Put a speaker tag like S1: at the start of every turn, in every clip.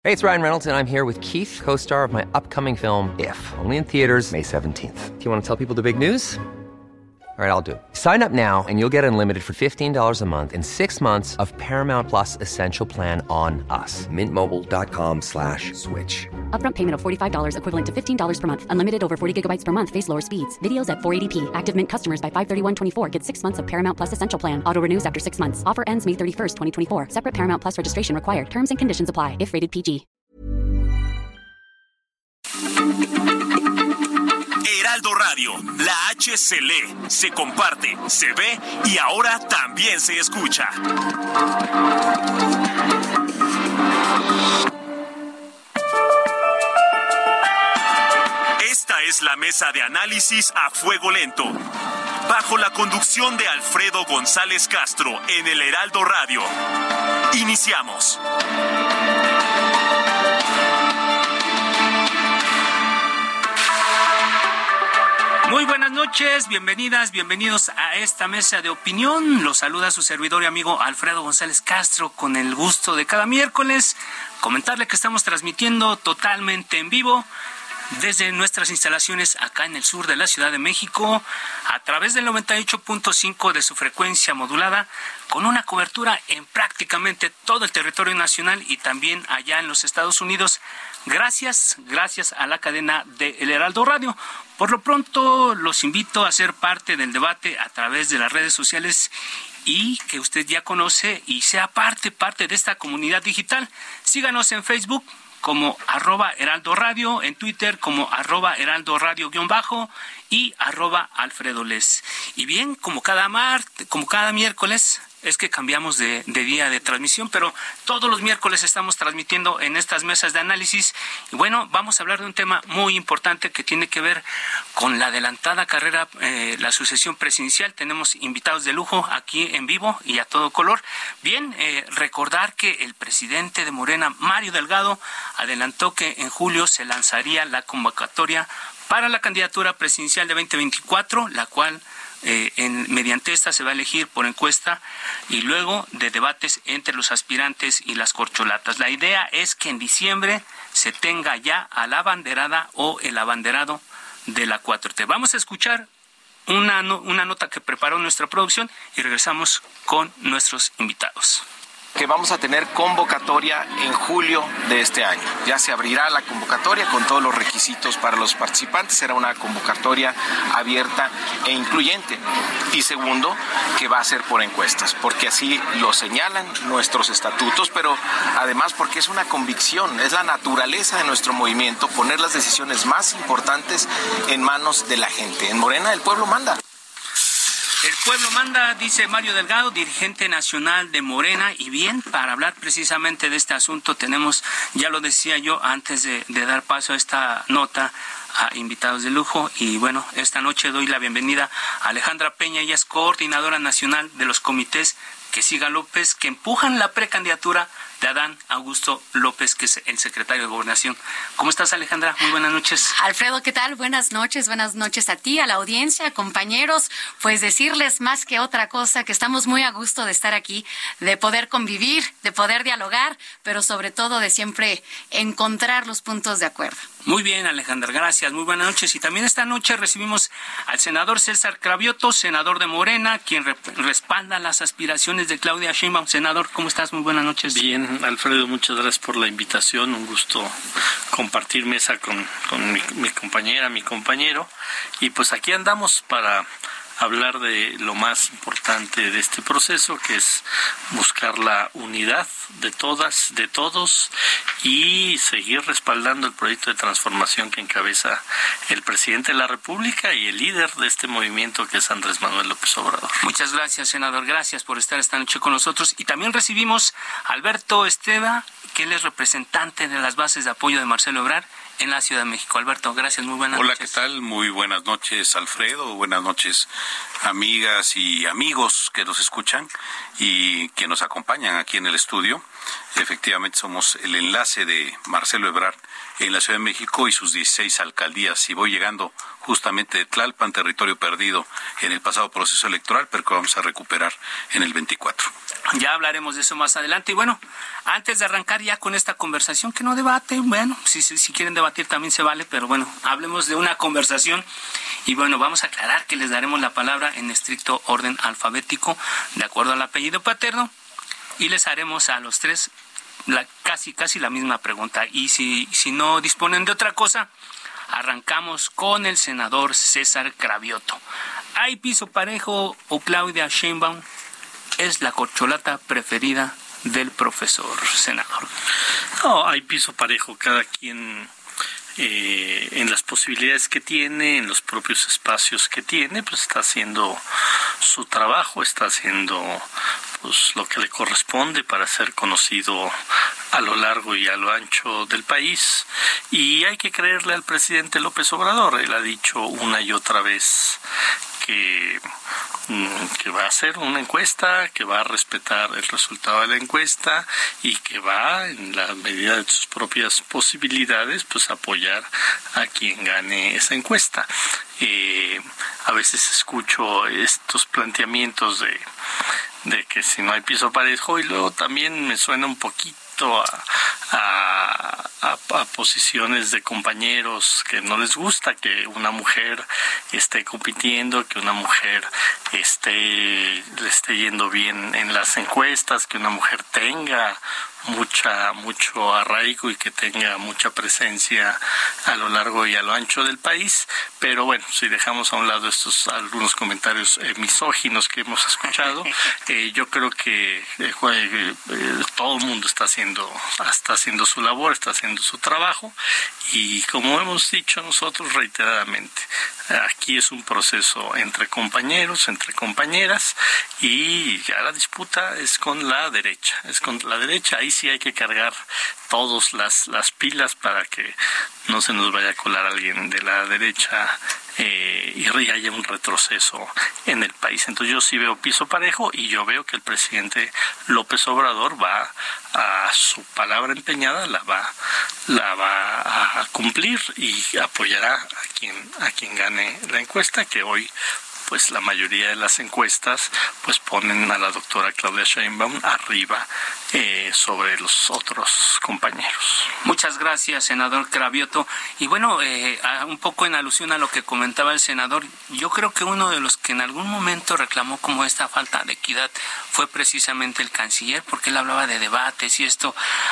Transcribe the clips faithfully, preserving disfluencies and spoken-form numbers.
S1: Hey, it's Ryan Reynolds, and I'm here with Keith, co-star of my upcoming film, If, only in theaters May seventeenth. Do you want to tell people the big news? All right, I'll do it. Sign up now and you'll get unlimited for fifteen dollars a month and six months of Paramount Plus Essential Plan on us. Mint Mobile dot com slash switch.
S2: Upfront payment of forty-five dollars equivalent to fifteen dollars per month. Unlimited over forty gigabytes per month. Face lower speeds. Videos at four eighty p. Active Mint customers by five thirty-one twenty-four get six months of Paramount Plus Essential Plan. Auto renews after six months. Offer ends May thirty-first, twenty twenty-four. Separate Paramount Plus registration required. Terms and conditions apply if rated P G.
S3: Heraldo Radio, la H se lee, se comparte, se ve y ahora también se escucha. Esta es la mesa de análisis a fuego lento, bajo la conducción de Alfredo González Castro en el Heraldo Radio. Iniciamos.
S4: Muy buenas noches, bienvenidas, bienvenidos a esta mesa de opinión. Los saluda su servidor y amigo Alfredo González Castro con el gusto de cada miércoles comentarle que estamos transmitiendo totalmente en vivo desde nuestras instalaciones acá en el sur de la Ciudad de México a través del noventa y ocho punto cinco de su frecuencia modulada, con una cobertura en prácticamente todo el territorio nacional y también allá en los Estados Unidos. Gracias, gracias a la cadena de El Heraldo Radio. Por lo pronto, los invito a ser parte del debate a través de las redes sociales y que usted ya conoce y sea parte, parte de esta comunidad digital. Síganos en Facebook como arroba Heraldo Radio, en Twitter como arroba Heraldo Radio guión bajo y arroba Alfredo Les. Y bien, como cada mart, como cada miércoles, es que cambiamos de, de día de transmisión, pero todos los miércoles estamos transmitiendo en estas mesas de análisis. Y bueno, vamos a hablar de un tema muy importante que tiene que ver con la adelantada carrera, eh, la sucesión presidencial. Tenemos invitados de lujo aquí en vivo y a todo color. Bien, eh, recordar que el presidente de Morena, Mario Delgado, adelantó que en julio se lanzaría la convocatoria para la candidatura presidencial de veinte veinticuatro, la cual Eh, en, mediante esta se va a elegir por encuesta y luego de debates entre los aspirantes y las corcholatas. La idea es que en diciembre se tenga ya a la abanderada o el abanderado de la cuatro T. Vamos a escuchar una, no, una nota que preparó nuestra producción y regresamos con nuestros invitados.
S5: Que vamos a tener convocatoria en julio de este año. Ya se abrirá la convocatoria con todos los requisitos para los participantes. Será una convocatoria abierta e incluyente. Y segundo, que va a ser por encuestas, porque así lo señalan nuestros estatutos, pero además porque es una convicción, es la naturaleza de nuestro movimiento poner las decisiones más importantes en manos de la gente. En Morena el pueblo manda.
S4: El pueblo manda, dice Mario Delgado, dirigente nacional de Morena. Y bien, para hablar precisamente de este asunto tenemos, ya lo decía yo antes de, de dar paso a esta nota, a invitados de lujo. Y bueno, esta noche doy la bienvenida a Alejandra Peña. Ella es coordinadora nacional de los comités Que Siga López, que empujan la precandidatura de Adán Augusto López, que es el secretario de Gobernación. ¿Cómo estás, Alejandra? Muy buenas noches.
S6: Alfredo, ¿qué tal? Buenas noches, buenas noches a ti, a la audiencia, compañeros. Pues decirles más que otra cosa que estamos muy a gusto de estar aquí, de poder convivir, de poder dialogar, pero sobre todo de siempre encontrar los puntos de acuerdo.
S4: Muy bien, Alejandra, gracias. Muy buenas noches. Y también esta noche recibimos al senador César Cravioto, senador de Morena, quien re- respalda las aspiraciones de Claudia Sheinbaum. Senador, ¿cómo estás? Muy buenas noches.
S7: Bien, Alfredo, muchas gracias por la invitación. Un gusto compartir mesa con, con mi, mi compañera, mi compañero. Y pues aquí andamos para hablar de lo más importante de este proceso, que es buscar la unidad de todas, de todos, y seguir respaldando el proyecto de transformación que encabeza el presidente de la República y el líder de este movimiento, que es Andrés Manuel López Obrador.
S4: Muchas gracias, senador. Gracias por estar esta noche con nosotros. Y también recibimos a Alberto Esteva, que él es representante de las bases de apoyo de Marcelo Ebrard en la Ciudad de México. Alberto, gracias, muy buenas
S8: Hola,
S4: noches.
S8: ¿qué tal? Muy buenas noches, Alfredo. Buenas noches, amigas y amigos que nos escuchan y que nos acompañan aquí en el estudio. efectivamente somos el enlace de Marcelo Ebrard en la Ciudad de México y sus dieciséis alcaldías. Y voy llegando justamente de Tlalpan, territorio perdido en el pasado proceso electoral, pero que vamos a recuperar en el veinticuatro.
S4: Ya hablaremos de eso más adelante. Y bueno, antes de arrancar ya con esta conversación, que no debate, bueno, si, si, si quieren debatir también se vale, pero bueno, hablemos de una conversación. Y bueno, vamos a aclarar que les daremos la palabra en estricto orden alfabético, de acuerdo al apellido paterno, y les haremos a los tres la, casi, casi la misma pregunta. Y si, si no disponen de otra cosa, arrancamos con el senador César Cravioto. ¿Hay piso parejo o Claudia Sheinbaum es la corcholata preferida del profesor senador?
S7: No, hay piso parejo, cada quien eh, en las posibilidades que tiene, en los propios espacios que tiene, pues está haciendo su trabajo, está haciendo pues lo que le corresponde para ser conocido a lo largo y a lo ancho del país. Y hay que creerle al presidente López Obrador. Él ha dicho una y otra vez que, que va a hacer una encuesta, que va a respetar el resultado de la encuesta y que va, en la medida de sus propias posibilidades, pues apoyar a quien gane esa encuesta. Eh, a veces escucho estos planteamientos de, de que si no hay piso parejo, y luego también me suena un poquito A, a, a, a posiciones de compañeros que no les gusta que una mujer esté compitiendo, que una mujer esté le esté yendo bien en las encuestas, que una mujer tenga mucha mucho arraigo y que tenga mucha presencia a lo largo y a lo ancho del país. Pero bueno, si dejamos a un lado estos algunos comentarios eh, misóginos que hemos escuchado, eh, yo creo que eh, eh, todo el mundo está haciendo está haciendo su labor, está haciendo su trabajo, y como hemos dicho nosotros reiteradamente, aquí es un proceso entre compañeros, entre compañeras, y ya la disputa es con la derecha, es con la derecha. Ahí sí hay que cargar todas las, las pilas para que no se nos vaya a colar alguien de la derecha eh, y haya un retroceso en el país. Entonces yo sí veo piso parejo, y yo veo que el presidente López Obrador va a su palabra empeñada, la va la va a cumplir y apoyará a quien a quien gane la encuesta, que hoy pues la mayoría de las encuestas pues ponen a la doctora Claudia Sheinbaum arriba eh, sobre los otros compañeros.
S4: Muchas gracias, senador Cravioto. Y bueno, eh, un poco en alusión a lo que comentaba el senador, yo creo que uno de los que en algún momento reclamó como esta falta de equidad fue precisamente el canciller, porque él hablaba de debates y esto.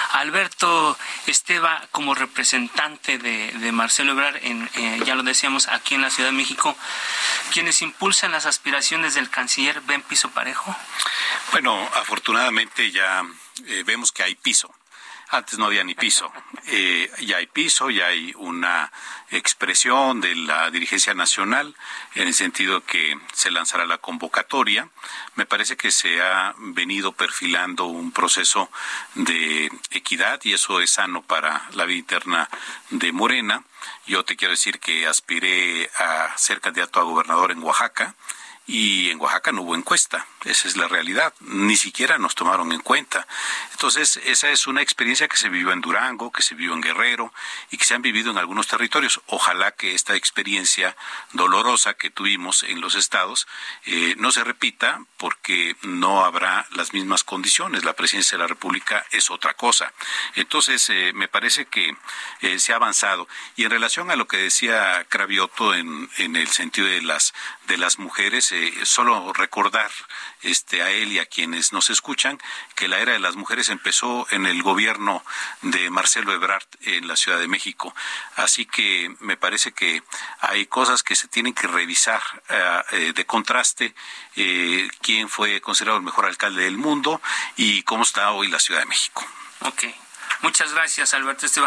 S4: Alberto Esteva, como representante de, de Marcelo Ebrard, en, eh, ya lo decíamos, aquí en la Ciudad de México, ¿quienes impulsan las aspiraciones del canciller ven piso parejo?
S8: Bueno, afortunadamente ya eh, vemos que hay piso. Antes no había ni piso. Eh, ya hay piso, ya hay una expresión de la dirigencia nacional en el sentido que se lanzará la convocatoria. Me parece que se ha venido perfilando un proceso de equidad, y eso es sano para la vida interna de Morena. Yo te quiero decir que aspiré a ser candidato a gobernador en Oaxaca, y en Oaxaca no hubo encuesta. Esa es la realidad. Ni siquiera nos tomaron en cuenta. Entonces, esa es una experiencia que se vivió en Durango, que se vivió en Guerrero y que se han vivido en algunos territorios. Ojalá que esta experiencia dolorosa que tuvimos en los estados eh, no se repita, porque no habrá las mismas condiciones. La presidencia de la República es otra cosa. Entonces, eh, me parece que eh, se ha avanzado. Y en relación a lo que decía Cravioto en, en el sentido de las de las mujeres, eh, solo recordar este a él y a quienes nos escuchan que la era de las mujeres empezó en el gobierno de Marcelo Ebrard en la Ciudad de México. Así que me parece que hay cosas que se tienen que revisar eh, eh, de contraste, eh, quién fue considerado el mejor alcalde del mundo y cómo está hoy la Ciudad de México.
S4: Okay. Muchas gracias, Alberto Esteva.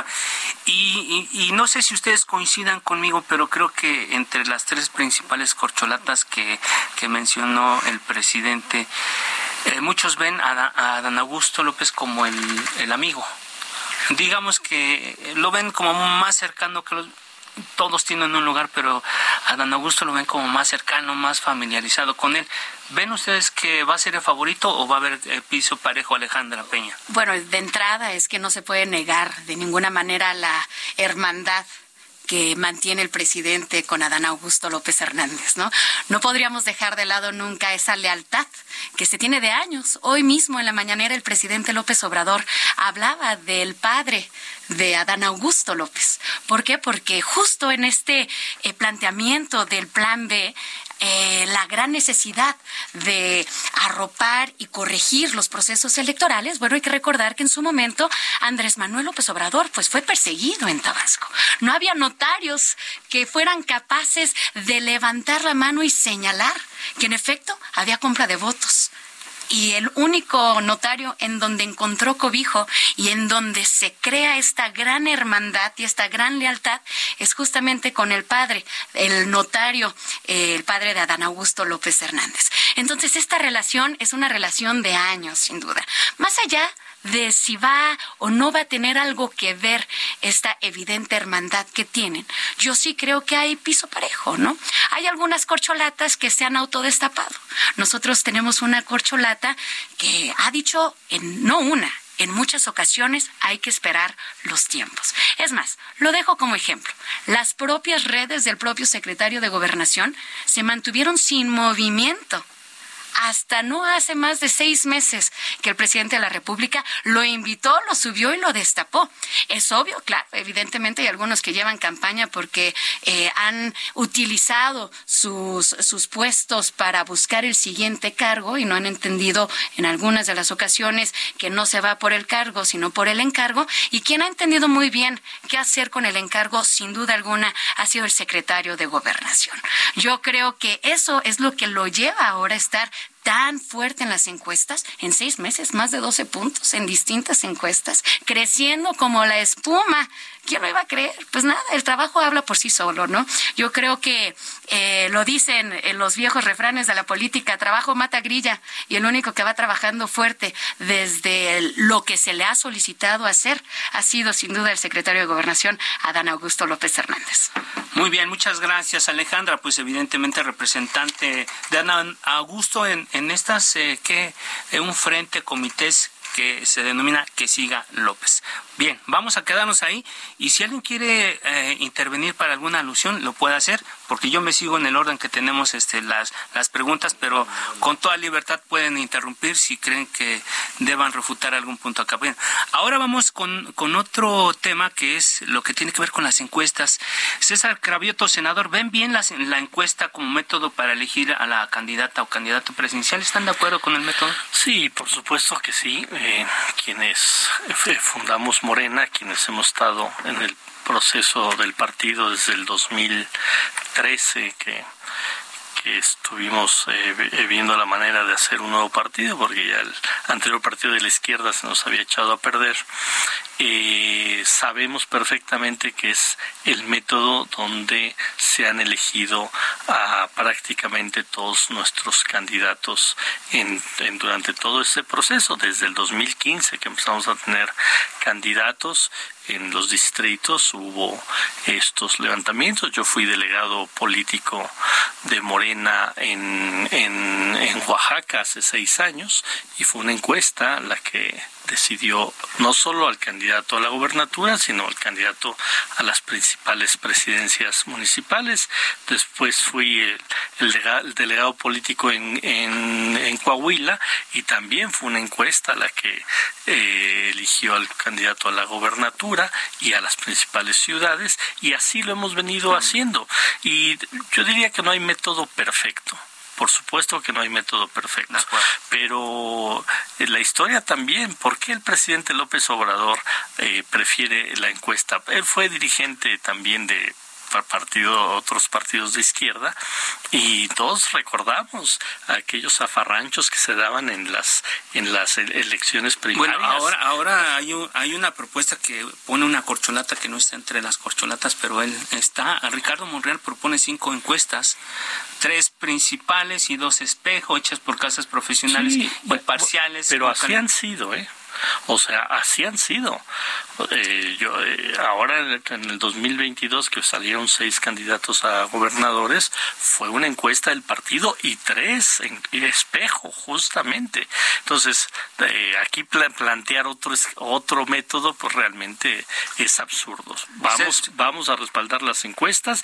S4: Y, y, y no sé si ustedes coincidan conmigo, pero creo que entre las tres principales corcholatas que, que mencionó el presidente, eh, muchos ven a, a Adán Augusto López como el, el amigo. Digamos que lo ven como más cercano que los... todos tienen un lugar, pero a Adán Augusto lo ven como más cercano, más familiarizado con él. ¿Ven ustedes que va a ser el favorito o va a haber eh, piso parejo Alejandra Peña?
S6: Bueno, de entrada es que no se puede negar de ninguna manera la hermandad que mantiene el presidente con Adán Augusto López Hernández, ¿no? No podríamos dejar de lado nunca esa lealtad que se tiene de años. Hoy mismo en la mañanera el presidente López Obrador hablaba del padre de Adán Augusto López. ¿Por qué? Porque justo en este eh, planteamiento del Plan B, Eh, la gran necesidad de arropar y corregir los procesos electorales, bueno, hay que recordar que en su momento Andrés Manuel López Obrador pues fue perseguido en Tabasco. No había notarios que fueran capaces de levantar la mano y señalar que en efecto había compra de votos. Y el único notario en donde encontró cobijo y en donde se crea esta gran hermandad y esta gran lealtad es justamente con el padre, el notario, eh, el padre de Adán Augusto López Hernández. Entonces, esta relación es una relación de años, sin duda. Más allá de si va o no va a tener algo que ver esta evidente hermandad que tienen, yo sí creo que hay piso parejo, ¿no? Hay algunas corcholatas que se han autodestapado. Nosotros tenemos una corcholata que ha dicho, en, no una, en muchas ocasiones hay que esperar los tiempos. Es más, lo dejo como ejemplo. Las propias redes del propio secretario de Gobernación se mantuvieron sin movimiento hasta no hace más de seis meses que el presidente de la República lo invitó, lo subió y lo destapó. Es obvio, claro, evidentemente hay algunos que llevan campaña porque eh, han utilizado sus, sus puestos para buscar el siguiente cargo y no han entendido en algunas de las ocasiones que no se va por el cargo, sino por el encargo. Y quien ha entendido muy bien qué hacer con el encargo, sin duda alguna, ha sido el secretario de Gobernación. Yo creo que eso es lo que lo lleva ahora a estar tan fuerte en las encuestas, en seis meses, más de doce puntos en distintas encuestas, creciendo como la espuma. ¿Quién lo iba a creer? Pues nada, el trabajo habla por sí solo, ¿no? Yo creo que eh, lo dicen en los viejos refranes de la política, trabajo mata grilla, y el único que va trabajando fuerte desde el, lo que se le ha solicitado hacer ha sido sin duda el secretario de Gobernación, Adán Augusto López Hernández.
S4: Muy bien, muchas gracias, Alejandra. Pues evidentemente representante de Adán Augusto en, en estas, eh, ¿qué? Eh, un frente, comités que se denomina Que Siga López. Bien, vamos a quedarnos ahí y si alguien quiere eh, intervenir para alguna alusión, lo puede hacer, porque yo me sigo en el orden que tenemos este, las, las preguntas, pero con toda libertad pueden interrumpir si creen que deban refutar algún punto acá. Bien, ahora vamos con, con otro tema que es lo que tiene que ver con las encuestas. César Cravioto, senador, ¿ven bien la, la encuesta como método para elegir a la candidata o candidato presidencial? ¿Están de acuerdo con el método?
S7: Sí, por supuesto que sí. Eh, quienes fundamos Morena, quienes hemos estado en el proceso del partido desde el dos mil trece, que, que estuvimos eh, viendo la manera de hacer un nuevo partido, porque ya el anterior partido de la izquierda se nos había echado a perder. Eh, sabemos perfectamente que es el método donde se han elegido a prácticamente todos nuestros candidatos en, en durante todo este proceso, desde el dos mil quince que empezamos a tener candidatos. En los distritos hubo estos levantamientos. Yo fui delegado político de Morena en, en, en Oaxaca hace seis años y fue una encuesta la que decidió no solo al candidato a la gobernatura, sino al candidato a las principales presidencias municipales. Después fui el, el, delegado, el delegado político en, en, en Coahuila y también fue una encuesta la que eh, eligió al candidato a la gobernatura y a las principales ciudades, y así lo hemos venido haciendo. Y yo diría que no hay método perfecto. Por supuesto que no hay método perfecto, pero la historia también, ¿por qué el presidente López Obrador eh, prefiere la encuesta? Él fue dirigente también de partido, otros partidos de izquierda, y todos recordamos aquellos zafarranchos que se daban en las en las elecciones primarias.
S4: Bueno, ahora ahora hay un, hay una propuesta que pone una corcholata que no está entre las corcholatas, pero él está. Ricardo Monreal propone cinco encuestas, tres principales y dos espejo, hechas por casas profesionales, sí, y parciales.
S7: Pero así han sido, ¿eh? O sea, así han sido. Eh, yo eh, ahora en el dos mil veintidós que salieron seis candidatos a gobernadores, fue una encuesta del partido y tres en, en espejo, justamente. Entonces, eh, aquí pla- plantear otro otro método, pues realmente es absurdo. Vamos, vamos a respaldar las encuestas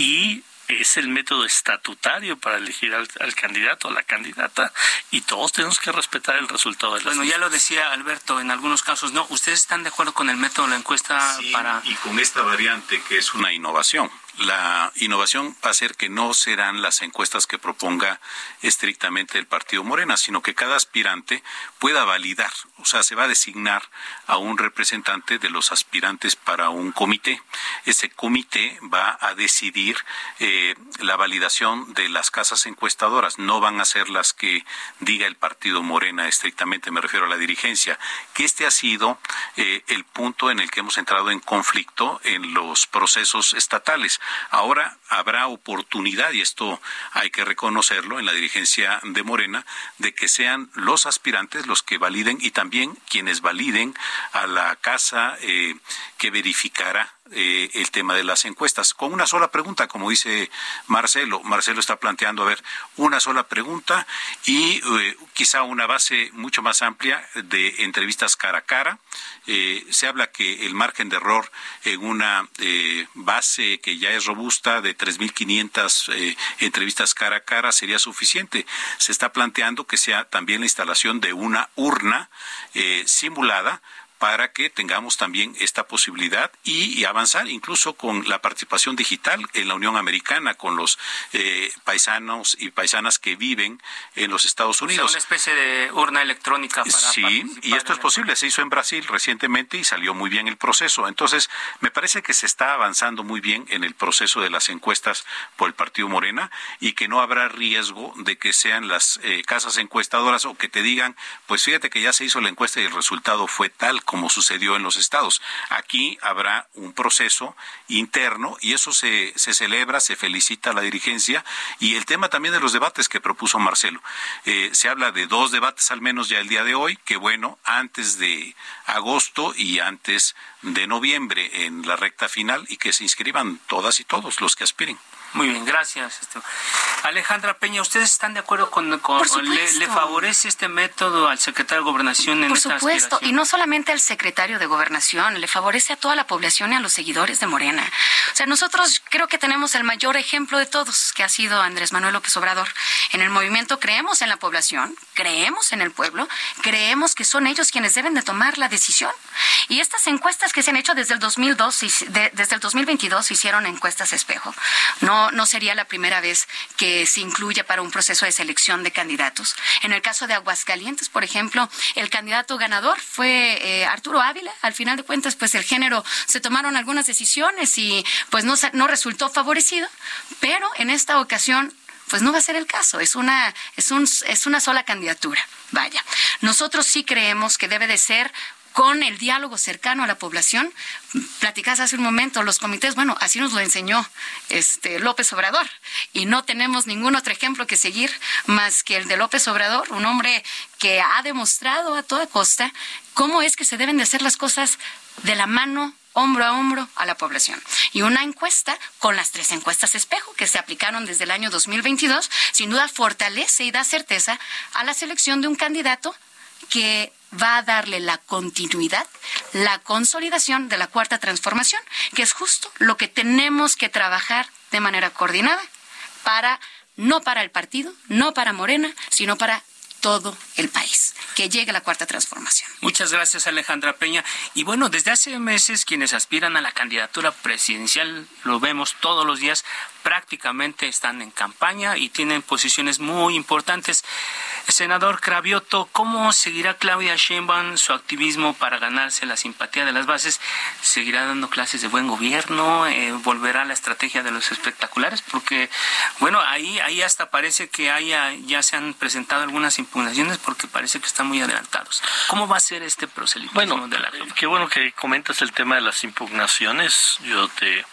S7: y es el método estatutario para elegir al, al candidato, a la candidata, y todos tenemos que respetar el resultado de las
S4: Bueno, ya lo decía Alberto, en algunos casos no. ¿Ustedes están de acuerdo con el método de la encuesta?
S8: Sí,
S4: para
S8: y con esta variante que es una innovación. La innovación va a ser que no serán las encuestas que proponga estrictamente el partido Morena, sino que cada aspirante pueda validar, o sea, se va a designar a un representante de los aspirantes para un comité. Ese comité va a decidir eh, la validación de las casas encuestadoras, no van a ser las que diga el partido Morena estrictamente, me refiero a la dirigencia, que este ha sido eh, el punto en el que hemos entrado en conflicto en los procesos estatales. Ahora habrá oportunidad, y esto hay que reconocerlo en la dirigencia de Morena, de que sean los aspirantes los que validen y también quienes validen a la casa eh, que verificará eh, el tema de las encuestas. Con una sola pregunta, como dice Marcelo. Marcelo está planteando, a ver, una sola pregunta y eh, quizá una base mucho más amplia de entrevistas cara a cara. Eh, se habla que el margen de error en una eh, base que ya es robusta de tres mil quinientas eh, entrevistas cara a cara sería suficiente. Se está planteando que sea también la instalación de una urna eh, simulada para que tengamos también esta posibilidad y, y avanzar incluso con la participación digital en la Unión Americana, con los eh, paisanos y paisanas que viven en los Estados Unidos.
S4: O sea, una especie de urna electrónica para
S8: Sí, y esto es posible. Se hizo en Brasil recientemente y salió muy bien el proceso. Entonces, me parece que se está avanzando muy bien en el proceso de las encuestas por el Partido Morena y que no habrá riesgo de que sean las eh, casas encuestadoras o que te digan, pues fíjate que ya se hizo la encuesta y el resultado fue tal como sucedió en los estados. Aquí habrá un proceso interno y eso se, se celebra, se felicita a la dirigencia. Y el tema también de los debates que propuso Marcelo. Eh, se habla de dos debates al menos ya el día de hoy, que bueno, antes de agosto y antes de noviembre en la recta final y que se inscriban todas y todos los que aspiren.
S4: Muy bien, gracias. Alejandra Peña, ¿ustedes están de acuerdo con, con le, le favorece este método al secretario de Gobernación en
S6: Por
S4: esta
S6: supuesto,
S4: aspiración?
S6: Y no solamente al secretario de Gobernación, le favorece a toda la población y a los seguidores de Morena. O sea, nosotros creo que tenemos el mayor ejemplo de todos, que ha sido Andrés Manuel López Obrador. En el movimiento creemos en la población, creemos en el pueblo, creemos que son ellos quienes deben de tomar la decisión. Y estas encuestas que se han hecho desde el dos mil dos, de, desde el dos mil veintidós se hicieron encuestas espejo. No, no sería la primera vez que se incluya para un proceso de selección de candidatos. En el caso de Aguascalientes, por ejemplo, el candidato ganador fue eh, Arturo Ávila. Al final de cuentas, pues el género se tomaron algunas decisiones y pues no, no resultó favorecido, pero en esta ocasión pues no va a ser el caso, es una, es un, es una sola candidatura. Vaya, nosotros sí creemos que debe de ser con el diálogo cercano a la población. Platicás hace un momento, los comités, bueno, así nos lo enseñó este López Obrador, y no tenemos ningún otro ejemplo que seguir más que el de López Obrador, un hombre que ha demostrado a toda costa cómo es que se deben de hacer las cosas de la mano, hombro a hombro a la población. Y una encuesta con las tres encuestas espejo que se aplicaron desde el año dos mil veintidós, sin duda fortalece y da certeza a la selección de un candidato que va a darle la continuidad, la consolidación de la cuarta transformación, que es justo lo que tenemos que trabajar de manera coordinada para, no para el partido, no para Morena, sino para todo el país, que llegue la cuarta transformación.
S4: Muchas gracias, Alejandra Peña. Y bueno, desde hace meses quienes aspiran a la candidatura presidencial, lo vemos todos los días, prácticamente están en campaña y tienen posiciones muy importantes. Senador Cravioto, ¿cómo seguirá Claudia Sheinbaum su activismo para ganarse la simpatía de las bases? ¿Seguirá dando clases de buen gobierno? Eh, ¿Volverá a la estrategia de los espectaculares? Porque, bueno, ahí ahí hasta parece que haya, ya se han presentado algunas impugnaciones porque parece que están muy adelantados. ¿Cómo va a ser este proselitismo
S7: bueno,
S4: de la jefa?
S7: Qué bueno que comentas el tema de las impugnaciones. Yo te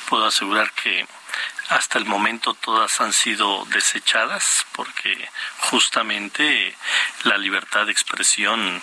S7: puedo asegurar que hasta el momento todas han sido desechadas porque justamente la libertad de expresión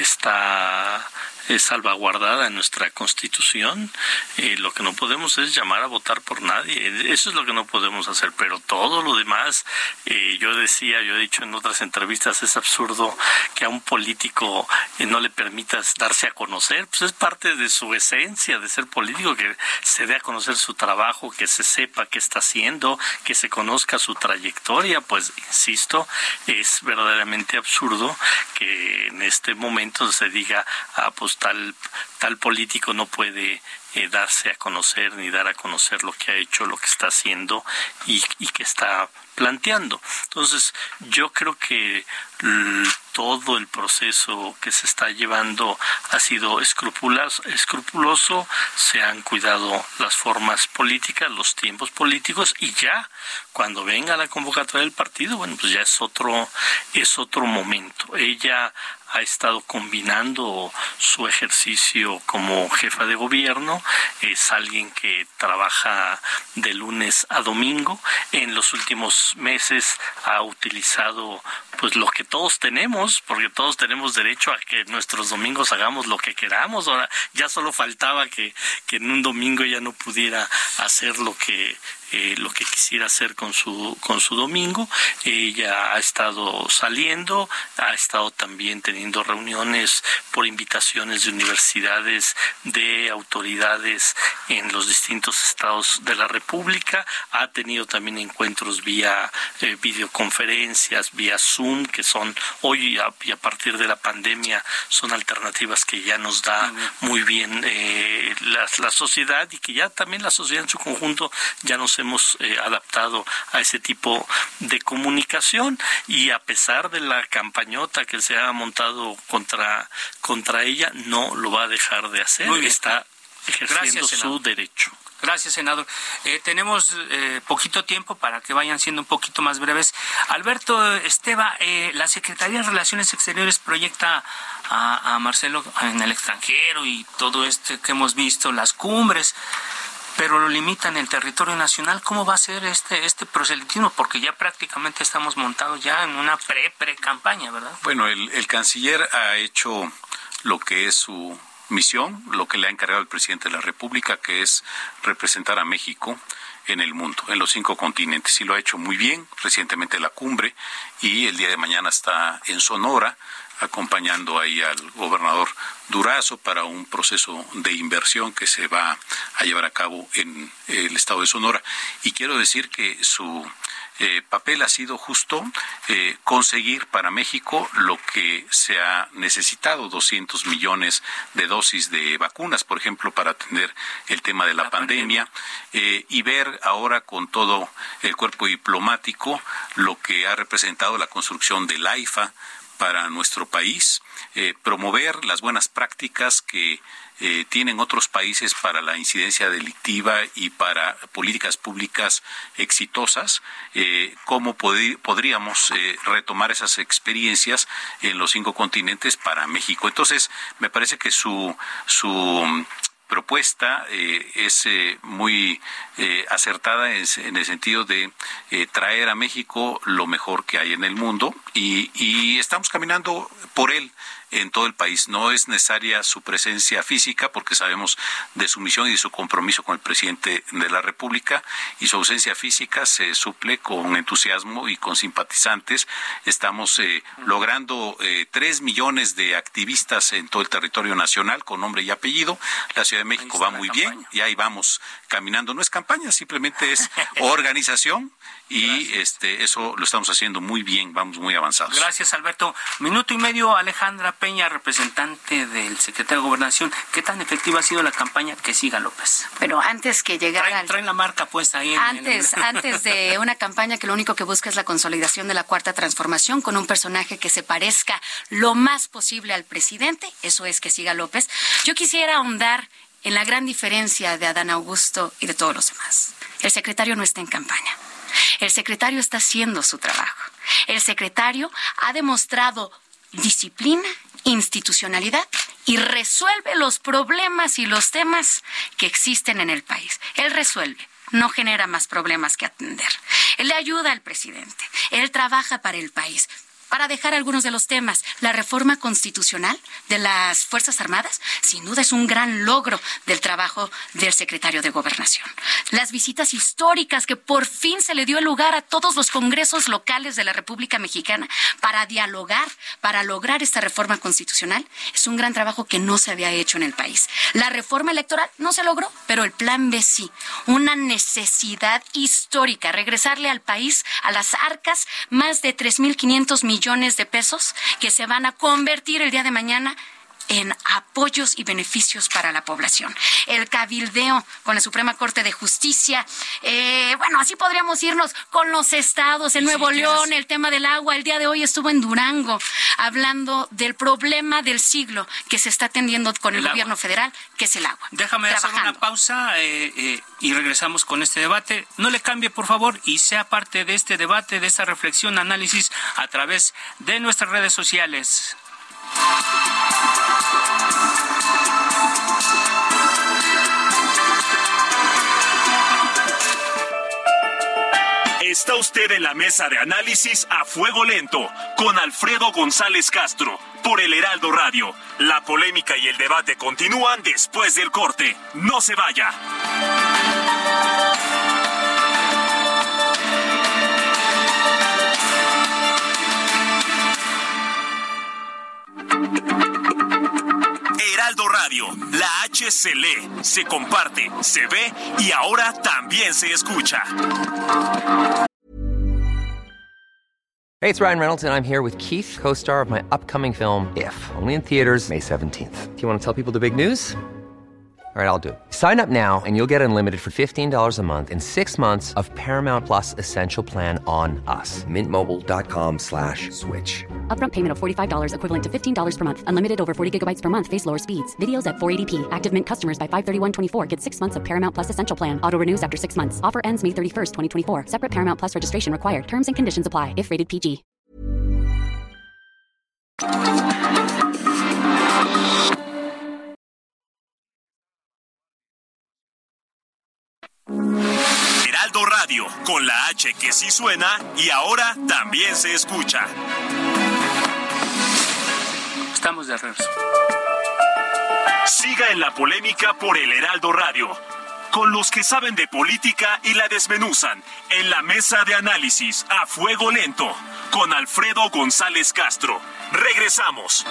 S7: está es salvaguardada en nuestra Constitución. Eh, lo que no podemos es llamar a votar por nadie. Eso es lo que no podemos hacer. Pero todo lo demás, eh, yo decía, yo he dicho en otras entrevistas, es absurdo que a un político eh, no le permitas darse a conocer. Pues es parte de su esencia de ser político, que se dé a conocer su trabajo, que se sepa qué está haciendo, que se conozca su trayectoria. Pues, insisto, es verdaderamente absurdo que en este momento se diga, ah, pues tal, tal político no puede eh, darse a conocer ni dar a conocer lo que ha hecho, lo que está haciendo y, y que está planteando. Entonces, yo creo que l- todo el proceso que se está llevando ha sido escrupuloso, escrupuloso, se han cuidado las formas políticas, los tiempos políticos, y ya cuando venga la convocatoria del partido, bueno, pues ya es otro, es otro momento. Ella ha estado combinando su ejercicio como jefa de gobierno, es alguien que trabaja de lunes a domingo. En los últimos meses ha utilizado pues lo que todos tenemos, porque todos tenemos derecho a que nuestros domingos hagamos lo que queramos. Ahora ya solo faltaba que, que en un domingo ella no pudiera hacer lo que Eh, lo que quisiera hacer con su con su domingo. Ella ha estado saliendo, ha estado también teniendo reuniones por invitaciones de universidades, de autoridades en los distintos estados de la República, ha tenido también encuentros vía eh, videoconferencias, vía Zoom, que son hoy a, y a partir de la pandemia son alternativas que ya nos da muy bien eh, la, la sociedad, y que ya también la sociedad en su conjunto ya nos hemos eh, adaptado a ese tipo de comunicación. Y a pesar de la campañota que se ha montado contra contra ella, no lo va a dejar de hacer. Está ejerciendo
S4: Gracias,
S7: su derecho.
S4: Gracias, senador. Eh, tenemos eh, poquito tiempo para que vayan siendo un poquito más breves. Alberto Esteva, eh, la Secretaría de Relaciones Exteriores proyecta a, a Marcelo en el extranjero y todo esto que hemos visto, las cumbres, pero lo limita en el territorio nacional. ¿Cómo va a ser este este proselitismo? Porque ya prácticamente estamos montados ya en una pre-pre-campaña, ¿verdad?
S8: Bueno, el, el canciller ha hecho lo que es su misión, lo que le ha encargado el presidente de la República, que es representar a México en el mundo, en los cinco continentes. Y lo ha hecho muy bien, recientemente la cumbre, y el día de mañana está en Sonora, acompañando ahí al gobernador Durazo para un proceso de inversión que se va a llevar a cabo en el estado de Sonora. Y quiero decir que su eh, papel ha sido justo eh, conseguir para México lo que se ha necesitado, doscientos millones de dosis de vacunas, por ejemplo, para atender el tema de la, la pandemia, pandemia. Eh, y ver ahora con todo el cuerpo diplomático lo que ha representado la construcción del AIFA para nuestro país, eh, promover las buenas prácticas que eh, tienen otros países para la incidencia delictiva y para políticas públicas exitosas, eh, cómo pod- podríamos eh, retomar esas experiencias en los cinco continentes para México. Entonces, me parece que su su propuesta eh, es eh, muy eh, acertada en, en el sentido de eh, traer a México lo mejor que hay en el mundo, y, y estamos caminando por él en todo el país. No es necesaria su presencia física porque sabemos de su misión y de su compromiso con el presidente de la República, y su ausencia física se suple con entusiasmo y con simpatizantes. Estamos eh, logrando eh, tres millones de activistas en todo el territorio nacional con nombre y apellido. La Ciudad de México va muy bien y ahí vamos caminando. No es campaña, simplemente es organización. Y Gracias. este eso lo estamos haciendo muy bien, vamos muy avanzados.
S4: Gracias, Alberto. Minuto y medio, Alejandra Peña, representante del secretario de Gobernación. ¿Qué tan efectiva ha sido la campaña Que Siga López?
S6: Pero antes que llegara...
S4: Traen, traen la marca puesta ahí. En,
S6: antes, en el... antes de una campaña que lo único que busca es la consolidación de la Cuarta Transformación con un personaje que se parezca lo más posible al presidente, eso es Que Siga López. Yo quisiera ahondar en la gran diferencia de Adán Augusto y de todos los demás. El secretario no está en campaña. El secretario está haciendo su trabajo. El secretario ha demostrado disciplina, institucionalidad y resuelve los problemas y los temas que existen en el país. Él resuelve. No genera más problemas que atender. Él le ayuda al presidente. Él trabaja para el país. Para dejar algunos de los temas, la reforma constitucional de las Fuerzas Armadas, sin duda es un gran logro del trabajo del secretario de Gobernación. Las visitas históricas que por fin se le dio el lugar a todos los congresos locales de la República Mexicana para dialogar, para lograr esta reforma constitucional, es un gran trabajo que no se había hecho en el país. La reforma electoral no se logró, pero el plan B sí. Una necesidad histórica, regresarle al país, a las arcas, más de tres mil quinientos millones millones de pesos que se van a convertir el día de mañana en apoyos y beneficios para la población. El cabildeo con la Suprema Corte de Justicia. Eh, bueno, así podríamos irnos con los estados, en Nuevo León, el tema del agua. El día de hoy estuvo en Durango hablando del problema del siglo que se está atendiendo con el, el gobierno federal, que es el agua.
S4: Déjame hacer una pausa eh, eh, y regresamos con este debate. No le cambie, por favor, y sea parte de este debate, de esta reflexión, análisis a través de nuestras redes sociales.
S3: Está usted en la mesa de análisis a fuego lento con Alfredo González Castro por el Heraldo Radio. La polémica y el debate continúan después del corte. No se vaya. Heraldo Radio, la H se lee, se comparte, se ve y ahora también se escucha.
S1: Hey, it's Ryan Reynolds, and I'm here with Keith, co-star of my upcoming film, If, only in theaters May seventeenth. Do you want to tell people the big news? All right, I'll do it. Sign up now and you'll get unlimited for fifteen dollars a month and six months of Paramount Plus Essential Plan on us. Mint Mobile dot com slash switch.
S2: Upfront payment of forty-five dollars equivalent to fifteen dollars per month. Unlimited over forty gigabytes per month. Face lower speeds. Videos at four eighty p. Active Mint customers by five thirty-one twenty-four get six months of Paramount Plus Essential Plan. Auto renews after six months. Offer ends May thirty-first, twenty twenty-four. Separate Paramount Plus registration required. Terms and conditions apply if rated P G.
S3: Heraldo Radio, con la H que sí suena y ahora también se escucha.
S4: Estamos de regreso.
S3: Siga en la polémica por el Heraldo Radio, con los que saben de política y la desmenuzan, en la mesa de análisis a fuego lento, con Alfredo González Castro. Regresamos.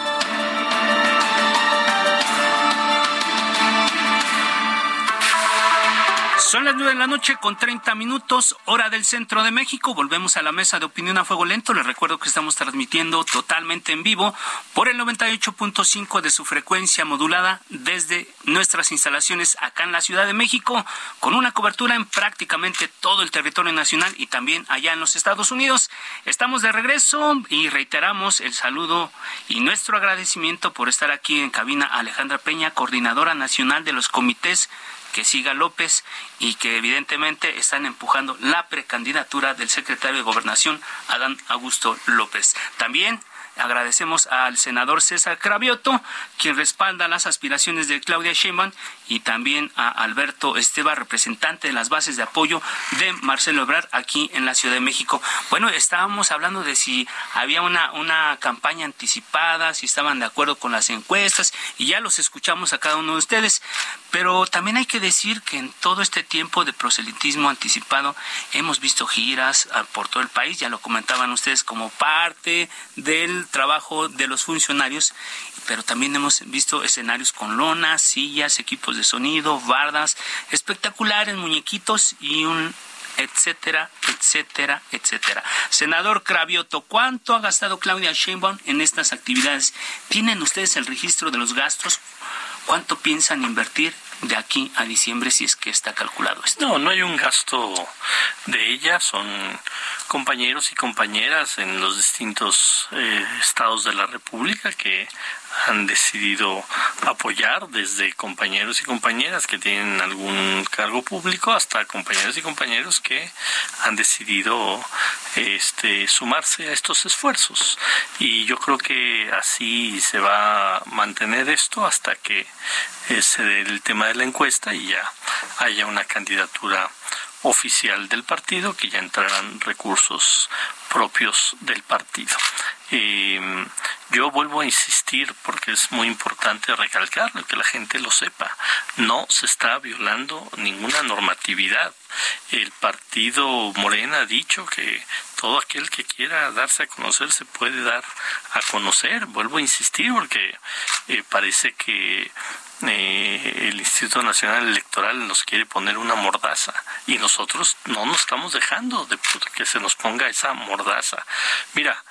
S4: Son las nueve de la noche con treinta minutos, hora del centro de México. Volvemos a la mesa de opinión a fuego lento. Les recuerdo que estamos transmitiendo totalmente en vivo por el noventa y ocho punto cinco de su frecuencia modulada desde nuestras instalaciones acá en la Ciudad de México, con una cobertura en prácticamente todo el territorio nacional y también allá en los Estados Unidos. Estamos de regreso y reiteramos el saludo y nuestro agradecimiento por estar aquí en cabina a Alejandra Peña, coordinadora nacional de los comités Que Siga López, y que evidentemente están empujando la precandidatura del secretario de Gobernación, Adán Augusto López. También agradecemos al senador César Cravioto, quien respalda las aspiraciones de Claudia Sheinbaum, y también a Alberto Esteba, representante de las bases de apoyo de Marcelo Ebrard aquí en la Ciudad de México. Bueno, estábamos hablando de si había una, una campaña anticipada, si estaban de acuerdo con las encuestas, y ya los escuchamos a cada uno de ustedes. Pero también hay que decir que en todo este tiempo de proselitismo anticipado hemos visto giras por todo el país, ya lo comentaban ustedes, como parte del trabajo de los funcionarios, pero también hemos visto escenarios con lonas, sillas, equipos de sonido, bardas espectaculares, muñequitos y un etcétera, etcétera, etcétera. Senador Cravioto, ¿cuánto ha gastado Claudia Sheinbaum en estas actividades? ¿Tienen ustedes el registro de los gastos? ¿Cuánto piensan invertir de aquí a diciembre si es que está calculado esto?
S7: No, no hay un gasto de ella, son compañeros y compañeras en los distintos eh, estados de la República que han decidido apoyar, desde compañeros y compañeras que tienen algún cargo público hasta compañeros y compañeros que han decidido este sumarse a estos esfuerzos. Y yo creo que así se va a mantener esto hasta que eh, se dé el tema de la encuesta y ya haya una candidatura oficial del partido, que ya entrarán recursos propios del partido. Eh, yo vuelvo a insistir, porque es muy importante recalcarlo, que la gente lo sepa, no se está violando ninguna normatividad. El partido Morena ha dicho que todo aquel que quiera darse a conocer se puede dar a conocer. Vuelvo a insistir porque eh, parece que Eh, el Instituto Nacional Electoral nos quiere poner una mordaza y nosotros no nos estamos dejando de que se nos ponga esa mordaza. Mira,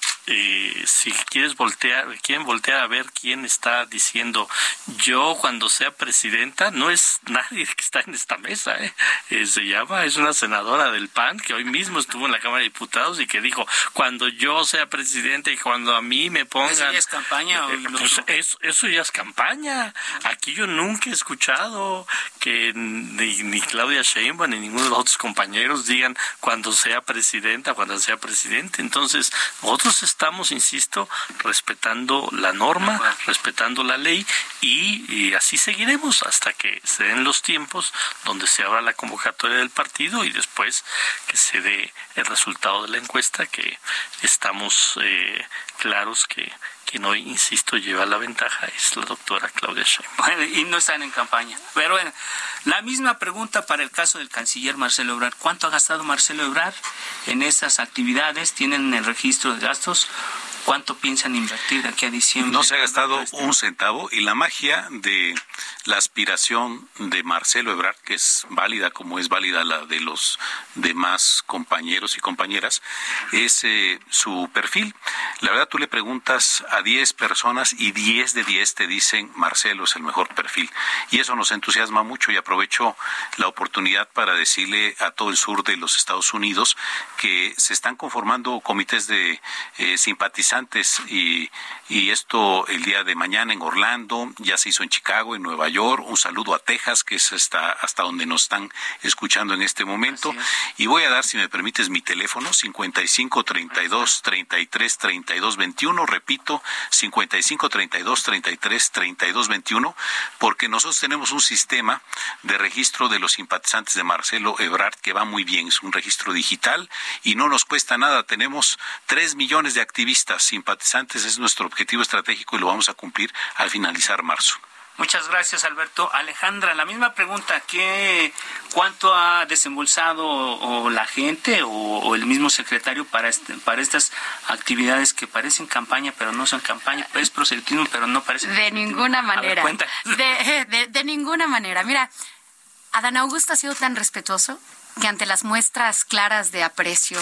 S7: eh, si quieres voltear, quieren voltear a ver quién está diciendo yo cuando sea presidenta, no es nadie que está en esta mesa, ¿eh? Eh, se llama, es una senadora del P A N que hoy mismo estuvo en la Cámara de Diputados y que dijo cuando yo sea presidenta y cuando a mí me pongan... ¿Eso ya
S4: es campaña?
S7: Eh, pues eso, eso ya es campaña. Aquí yo nunca he escuchado que ni, ni Claudia Sheinbaum ni ninguno de los otros compañeros digan cuando sea presidenta, cuando sea presidente. Entonces, nosotros estamos, insisto, respetando la norma, respetando la ley y, y así seguiremos hasta que se den los tiempos donde se abra la convocatoria del partido y después que se dé el resultado de la encuesta, que estamos eh, claros que quien hoy, insisto, lleva la ventaja es la doctora Claudia Sheinbaum.
S4: Bueno, y no están en campaña. Pero bueno, la misma pregunta para el caso del canciller Marcelo Ebrard. ¿Cuánto ha gastado Marcelo Ebrard en esas actividades? ¿Tienen el registro de gastos? ¿Cuánto piensan invertir de aquí a diciembre?
S8: No se ha gastado un centavo y la magia de la aspiración de Marcelo Ebrard, que es válida como es válida la de los demás compañeros y compañeras, es eh, su perfil. La verdad, tú le preguntas a diez personas y diez de diez te dicen Marcelo es el mejor perfil. Y eso nos entusiasma mucho y aprovecho la oportunidad para decirle a todo el sur de los Estados Unidos que se están conformando comités de eh, simpatizantes y, y esto el día de mañana en Orlando, ya se hizo en Chicago, en Nueva York. Un saludo a Texas, que es hasta, hasta donde nos están escuchando en este momento. Y voy a dar, si me permites, mi teléfono, cincuenta y cinco, treinta y dos, treinta y tres, treinta y dos, veintiuno. Repito, cincuenta y cinco, treinta y dos, treinta y tres, treinta y dos, veintiuno, porque nosotros tenemos un sistema de registro de los simpatizantes de Marcelo Ebrard que va muy bien. Es un registro digital y no nos cuesta nada. Tenemos tres millones de activistas simpatizantes, es nuestro objetivo estratégico y lo vamos a cumplir al finalizar marzo.
S4: Muchas gracias, Alberto. Alejandra, la misma pregunta, ¿qué, ¿cuánto ha desembolsado o, o la gente o, o el mismo secretario para este, para estas actividades que parecen campaña pero no son campaña? Es proselitismo pero no parece.
S6: De ninguna manera.
S4: Ver,
S6: de, de, de ninguna manera. Mira, Adán Augusto ha sido tan respetuoso que ante las muestras claras de aprecio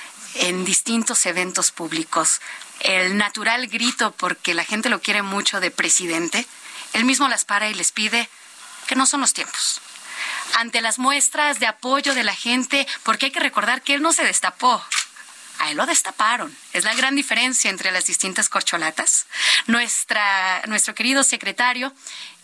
S6: en distintos eventos públicos, el natural grito porque la gente lo quiere mucho de presidente, él mismo las para y les pide que no son los tiempos. Ante las muestras de apoyo de la gente, porque hay que recordar que él no se destapó, a él lo destaparon. Es la gran diferencia entre las distintas corcholatas. Nuestra, nuestro querido secretario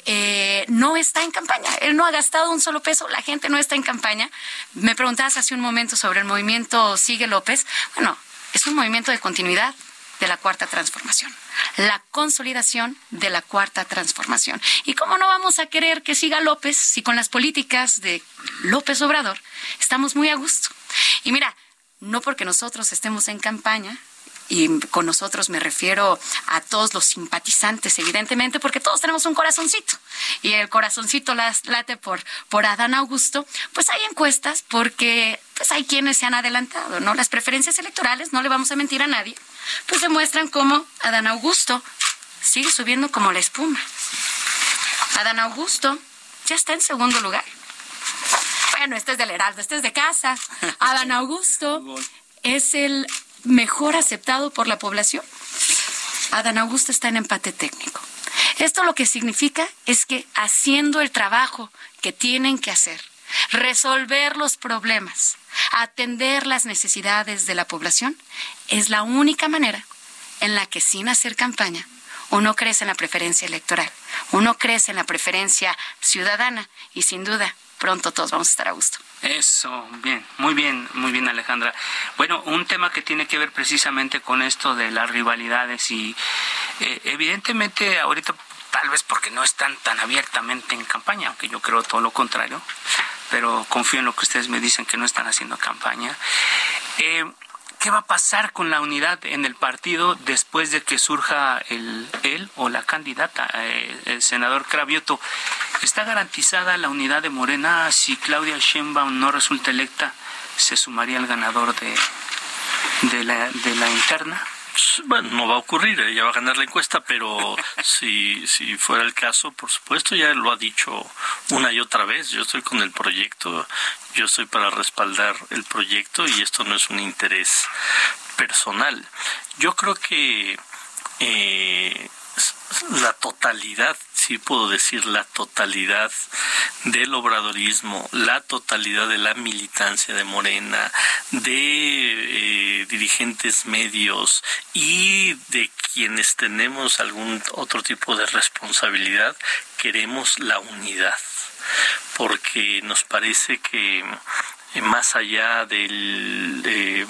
S6: eh, no está en campaña, él no ha gastado un solo peso, la gente no está en campaña. Me preguntabas hace un momento sobre el movimiento Sigue López. Bueno, es un movimiento de continuidad de la Cuarta Transformación, la consolidación de la Cuarta Transformación. ¿Y cómo no vamos a querer que siga López si con las políticas de López Obrador estamos muy a gusto? Y mira, no porque nosotros estemos en campaña, y con nosotros me refiero a todos los simpatizantes, evidentemente, porque todos tenemos un corazoncito, y el corazoncito late por, por Adán Augusto, pues hay encuestas, porque pues hay quienes se han adelantado, ¿no? Las preferencias electorales, no le vamos a mentir a nadie, pues demuestran cómo Adán Augusto sigue subiendo como la espuma. Adán Augusto ya está en segundo lugar. Bueno, este es del Heraldo, este es de casa. Adán Augusto es el mejor aceptado por la población. Adán Augusto está en empate técnico. Esto lo que significa es que haciendo el trabajo que tienen que hacer, resolver los problemas, atender las necesidades de la población, es la única manera en la que sin hacer campaña uno crece en la preferencia electoral, uno crece en la preferencia ciudadana y sin duda pronto todos vamos a estar a gusto.
S4: Eso, bien, muy bien, muy bien, Alejandra. Bueno, un tema que tiene que ver precisamente con esto de las rivalidades y eh, evidentemente ahorita tal vez porque no están tan abiertamente en campaña, aunque yo creo todo lo contrario, pero confío en lo que ustedes me dicen que no están haciendo campaña. Eh, ¿Qué va a pasar con la unidad en el partido después de que surja el él o la candidata, eh, el senador Cravioto? ¿Está garantizada la unidad de Morena? Si Claudia Sheinbaum no resulta electa, ¿se sumaría el ganador de, de, la, de la interna?
S7: Bueno, no va a ocurrir, ella va a ganar la encuesta, pero si, si fuera el caso, por supuesto, ya lo ha dicho una y otra vez, yo estoy con el proyecto, yo estoy para respaldar el proyecto y esto no es un interés personal. Yo creo que eh, la totalidad, sí puedo decir la totalidad del obradorismo, la totalidad de la militancia de Morena, de eh, dirigentes medios y de quienes tenemos algún otro tipo de responsabilidad, queremos la unidad, porque nos parece que más allá del eh,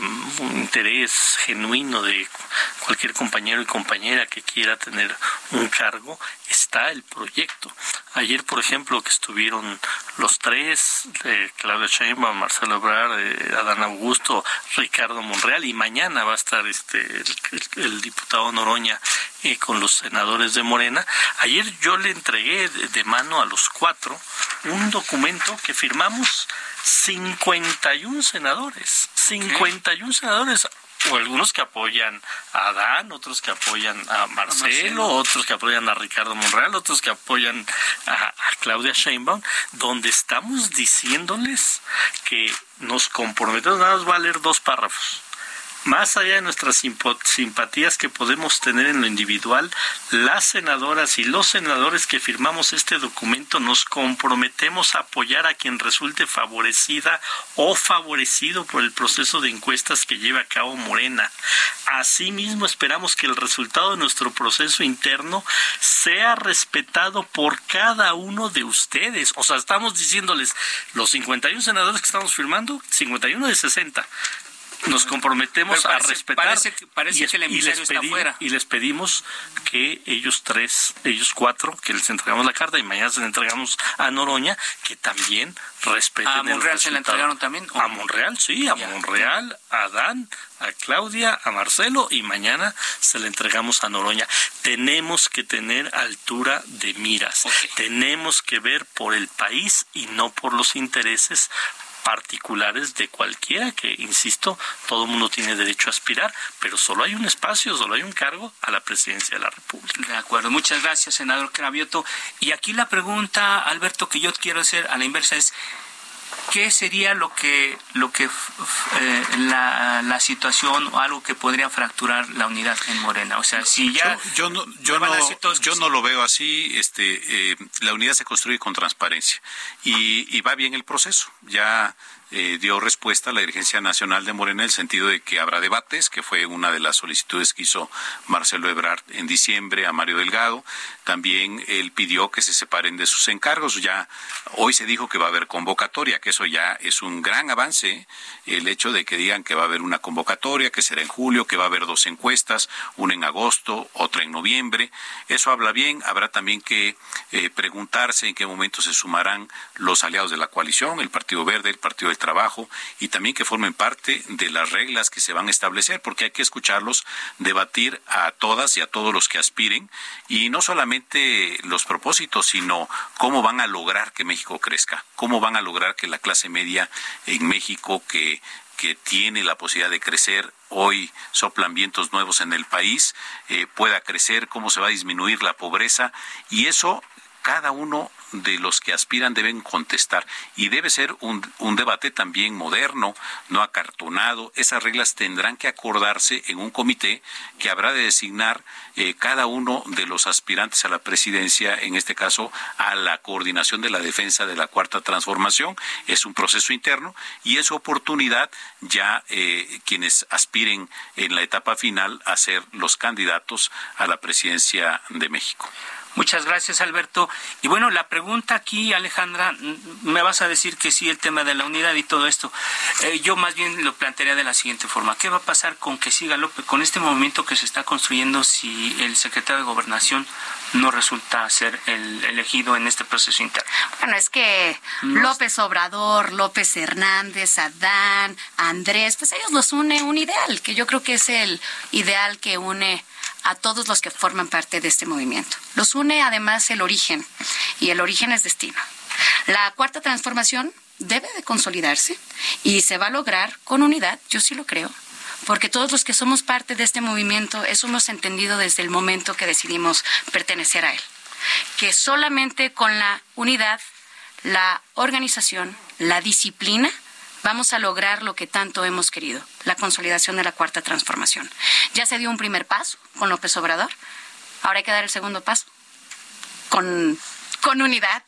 S7: interés genuino de cualquier compañero y compañera que quiera tener un cargo, está el proyecto. Ayer, por ejemplo, que estuvieron los tres, eh, Claudia Sheinbaum, Marcelo Ebrard, eh, Adán Augusto, Ricardo Monreal, y mañana va a estar este el, el, el diputado Noroña eh, con los senadores de Morena. Ayer yo le entregué de, de mano a los cuatro un documento que firmamos cincuenta y uno senadores, cincuenta y uno senadores, o algunos que apoyan a Adán, otros que apoyan a Marcelo, a Marcelo, otros que apoyan a Ricardo Monreal, otros que apoyan a, a Claudia Sheinbaum, donde estamos diciéndoles que nos comprometemos. Nada más va a leer dos párrafos. Más allá de nuestras simpatías que podemos tener en lo individual, las senadoras y los senadores que firmamos este documento nos comprometemos a apoyar a quien resulte favorecida o favorecido por el proceso de encuestas que lleve a cabo Morena. Asimismo, esperamos que el resultado de nuestro proceso interno sea respetado por cada uno de ustedes. O sea, estamos diciéndoles, los cincuenta y uno senadores que estamos firmando, cincuenta y uno de sesenta, nos comprometemos parece, a respetar
S4: parece, parece y, que el emisario está afuera.
S7: Y les pedimos que ellos tres, ellos cuatro, que les entregamos la carta y mañana se la entregamos a Noroña, que también respeten el resultado. ¿A
S4: Monreal se la entregaron también? ¿O?
S7: A Monreal, sí, a ya. Monreal, a Adán, a Claudia, a Marcelo, y mañana se la entregamos a Noroña. Tenemos que tener altura de miras. Okay. Tenemos que ver por el país y no por los intereses particulares de cualquiera, que, insisto, todo el mundo tiene derecho a aspirar, pero solo hay un espacio, solo hay un cargo a la presidencia de la República.
S4: De acuerdo, muchas gracias, senador Cravioto. Y aquí la pregunta, Alberto, que yo quiero hacer a la inversa es, ¿qué sería lo que lo que eh, la, la situación o algo que podría fracturar la unidad en Morena? O sea, si ya
S8: yo, yo no yo no todos, yo sí. no lo veo así. Este, eh, la unidad se construye con transparencia y, y va bien el proceso. Ya Eh, dio respuesta a la dirigencia nacional de Morena en el sentido de que habrá debates, que fue una de las solicitudes que hizo Marcelo Ebrard en diciembre a Mario Delgado. También él pidió que se separen de sus encargos. Ya hoy se dijo que va a haber convocatoria, que eso ya es un gran avance, el hecho de que digan que va a haber una convocatoria, que será en julio, que va a haber dos encuestas, una en agosto, otra en noviembre. Eso habla bien. Habrá también que eh, preguntarse en qué momento se sumarán los aliados de la coalición, el Partido Verde, el Partido del Trabajo, y también que formen parte de las reglas que se van a establecer, porque hay que escucharlos debatir a todas y a todos los que aspiren, y no solamente los propósitos, sino cómo van a lograr que México crezca, cómo van a lograr que la clase media en México, que que tiene la posibilidad de crecer, hoy soplan vientos nuevos en el país, eh, pueda crecer, cómo se va a disminuir la pobreza, y eso cada uno de los que aspiran deben contestar, y debe ser un, un debate también moderno, no acartonado. Esas reglas tendrán que acordarse en un comité que habrá de designar eh, cada uno de los aspirantes a la presidencia, en este caso a la coordinación de la defensa de la Cuarta Transformación. Es un proceso interno y es oportunidad ya eh, quienes aspiren en la etapa final a ser los candidatos a la presidencia de México.
S4: Muchas gracias, Alberto. Y bueno, la pregunta aquí, Alejandra, me vas a decir que sí, el tema de la unidad y todo esto. Eh, yo más bien lo plantearía de la siguiente forma. ¿Qué va a pasar con que siga López, con este movimiento que se está construyendo, si el secretario de Gobernación no resulta ser el elegido en este proceso interno?
S6: Bueno, es que
S4: No.
S6: López Obrador, López Hernández, Adán, Andrés, pues a ellos los une un ideal, que yo creo que es el ideal que une a todos los que forman parte de este movimiento. Los une además el origen, y el origen es destino. La Cuarta Transformación debe de consolidarse y se va a lograr con unidad, yo sí lo creo, porque todos los que somos parte de este movimiento, eso hemos entendido desde el momento que decidimos pertenecer a él, que solamente con la unidad, la organización, la disciplina, vamos a lograr lo que tanto hemos querido, la consolidación de la Cuarta Transformación. Ya se dio un primer paso con López Obrador, ahora hay que dar el segundo paso con, con unidad.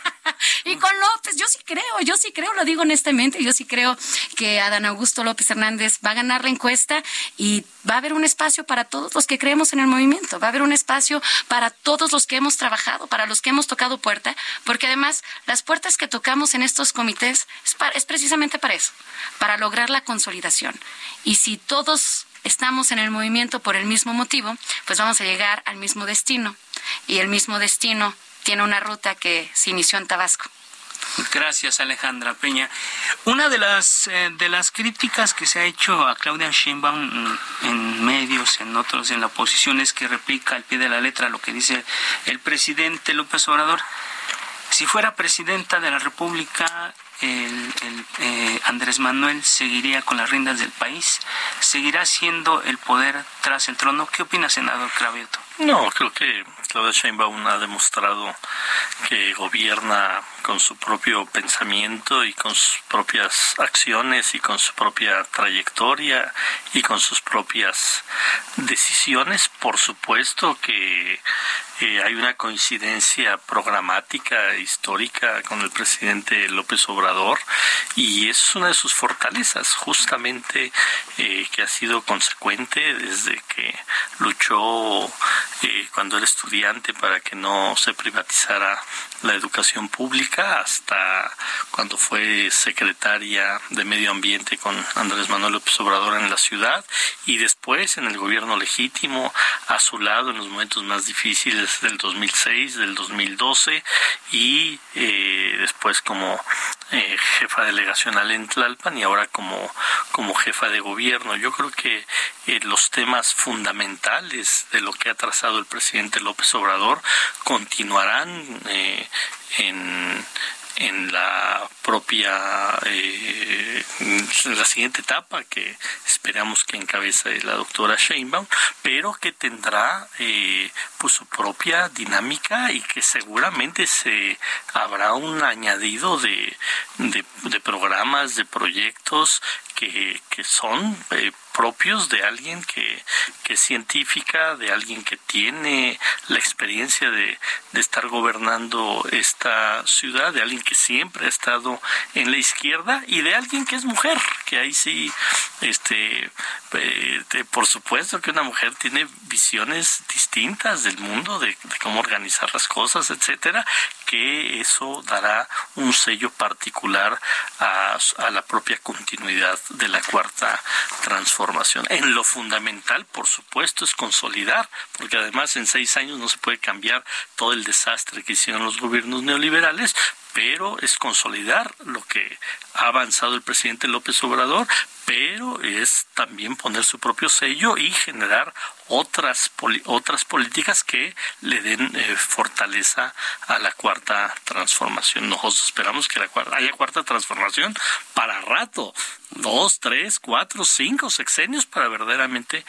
S6: Y con López, yo sí creo, yo sí creo, lo digo honestamente, yo sí creo que Adán Augusto López Hernández va a ganar la encuesta y va a haber un espacio para todos los que creemos en el movimiento, va a haber un espacio para todos los que hemos trabajado, para los que hemos tocado puerta, porque además las puertas que tocamos en estos comités es, para, es precisamente para eso, para lograr la consolidación. Y si todos estamos en el movimiento por el mismo motivo, pues vamos a llegar al mismo destino, y el mismo destino tiene una ruta que se inició en Tabasco.
S4: Gracias, Alejandra Peña. Una de las eh, de las críticas que se ha hecho a Claudia Sheinbaum en medios, en otros, en la oposición, es que replica al pie de la letra lo que dice el presidente López Obrador. Si fuera presidenta de la República, el, el eh, Andrés Manuel seguiría con las riendas del país, seguirá siendo el poder tras el trono. ¿Qué opina, senador Cravioto?
S7: No, creo que Claudia Sheinbaum ha demostrado que gobierna con su propio pensamiento y con sus propias acciones y con su propia trayectoria y con sus propias decisiones. Por supuesto que eh, hay una coincidencia programática, histórica con el presidente López Obrador, y es una de sus fortalezas, justamente eh, que ha sido consecuente desde que luchó eh, cuando era estudiante para que no se privatizara la educación pública, hasta cuando fue secretaria de Medio Ambiente con Andrés Manuel López Obrador en la ciudad, y después en el gobierno legítimo a su lado en los momentos más difíciles del dos mil seis, del dos mil doce, y eh, después como eh, jefa delegacional en Tlalpan y ahora como, como jefa de gobierno. Yo creo que eh, los temas fundamentales de lo que ha trazado el presidente López Obrador continuarán eh, en en la propia eh, en la siguiente etapa que esperamos que encabece la doctora Sheinbaum, pero que tendrá eh, pues su propia dinámica y que seguramente se habrá un añadido de, de, de programas, de proyectos que, que son eh, propios de alguien que, que es científica, de alguien que tiene la experiencia de, de estar gobernando esta ciudad, de alguien que siempre ha estado en la izquierda y de alguien que es mujer, que ahí sí, este, eh, de, por supuesto que una mujer tiene visiones distintas del mundo, de, de cómo organizar las cosas, etcétera, que eso dará un sello particular a, a la propia continuidad de la Cuarta Transformación. En lo fundamental, por supuesto, es consolidar, porque además en seis años no se puede cambiar todo el desastre que hicieron los gobiernos neoliberales, pero es consolidar lo que ha avanzado el presidente López Obrador, pero es también poner su propio sello y generar otras poli- otras políticas que le den eh, fortaleza a la cuarta transformación. Nosotros esperamos que la cuarta, haya cuarta transformación para rato, dos, tres, cuatro, cinco sexenios para verdaderamente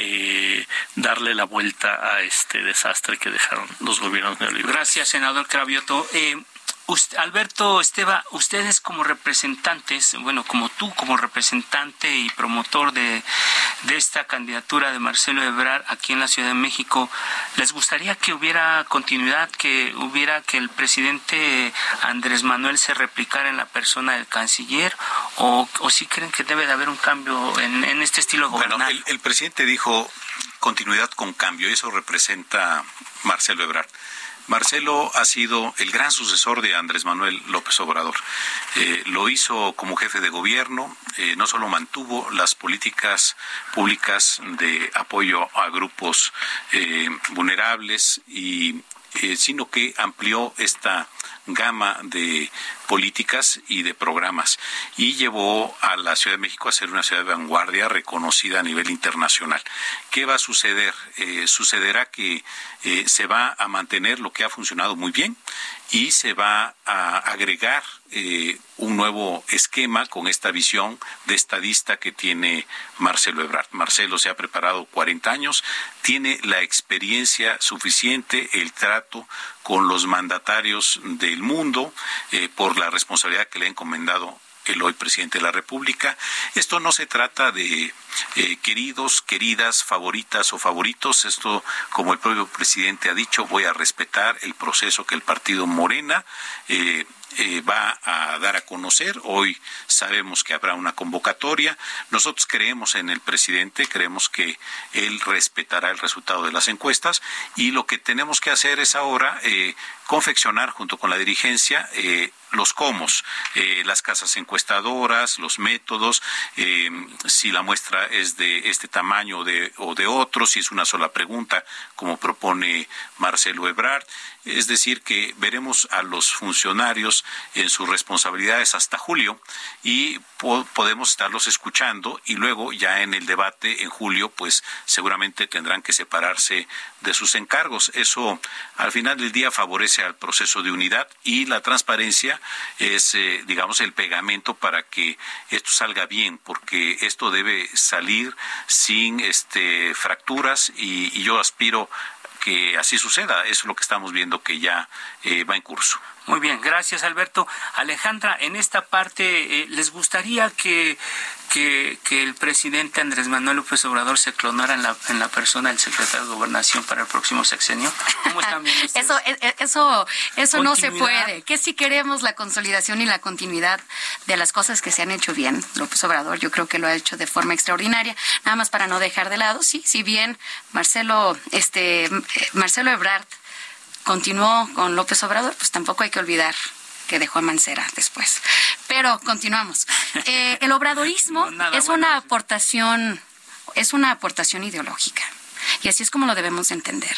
S7: eh, darle la vuelta a este desastre que dejaron los gobiernos neoliberales.
S4: Gracias, senador Cravioto. Eh, Usted, Alberto Esteva, ustedes como representantes, bueno, como tú como representante y promotor de, de esta candidatura de Marcelo Ebrard aquí en la Ciudad de México, ¿les gustaría que hubiera continuidad, que hubiera que el presidente Andrés Manuel se replicara en la persona del canciller, o, o si creen que debe de haber un cambio en, en este estilo de gobernar?
S8: Bueno, el, el presidente dijo continuidad con cambio, y eso representa Marcelo Ebrard. Marcelo ha sido el gran sucesor de Andrés Manuel López Obrador. Eh, lo hizo como jefe de gobierno, eh, no solo mantuvo las políticas públicas de apoyo a grupos eh, vulnerables, y, eh, sino que amplió esta gama de políticas y de programas, y llevó a la Ciudad de México a ser una ciudad de vanguardia reconocida a nivel internacional. ¿Qué va a suceder? Eh, sucederá que eh, se va a mantener lo que ha funcionado muy bien, y se va a agregar eh, un nuevo esquema con esta visión de estadista que tiene Marcelo Ebrard. Marcelo se ha preparado cuarenta años, tiene la experiencia suficiente, el trato con los mandatarios del mundo, eh, por la responsabilidad que le ha encomendado el hoy presidente de la República. Esto no se trata de eh, queridos, queridas, favoritas o favoritos. Esto, como el propio presidente ha dicho, voy a respetar el proceso que el partido Morena eh, eh, va a dar a conocer. Hoy sabemos que habrá una convocatoria. Nosotros creemos en el presidente, creemos que él respetará el resultado de las encuestas, y lo que tenemos que hacer es ahora eh, confeccionar junto con la dirigencia eh, los comos, eh, las casas encuestadoras, los métodos, eh, si la muestra es de este tamaño de, o de otro, si es una sola pregunta, como propone Marcelo Ebrard. Es decir, que veremos a los funcionarios en sus responsabilidades hasta julio, y po- podemos estarlos escuchando, y luego ya en el debate en julio, pues seguramente tendrán que separarse de sus encargos. Eso al final del día favorece al proceso de unidad, y la transparencia es, eh, digamos, el pegamento para que esto salga bien, porque esto debe salir sin este fracturas, y, y yo aspiro que así suceda. Eso es lo que estamos viendo que ya eh, va en curso.
S4: Muy bien, gracias, Alberto. Alejandra, en esta parte, eh, ¿les gustaría que, que, que el presidente Andrés Manuel López Obrador se clonara en la, en la persona del secretario de Gobernación para el próximo sexenio? ¿Cómo están viendo ustedes?
S6: Eso, eso, eso no se
S4: Continuidad.
S6: puede. Que si queremos la consolidación y la continuidad de las cosas que se han hecho bien, López Obrador yo creo que lo ha hecho de forma extraordinaria. Nada más para no dejar de lado, sí, si bien Marcelo, este, Marcelo Ebrard continuó con López Obrador, pues tampoco hay que olvidar que dejó a Mancera después. Pero continuamos. Eh, el obradorismo
S4: No, nada
S6: es
S4: bueno.
S6: una aportación, es una aportación ideológica, y así es como lo debemos entender.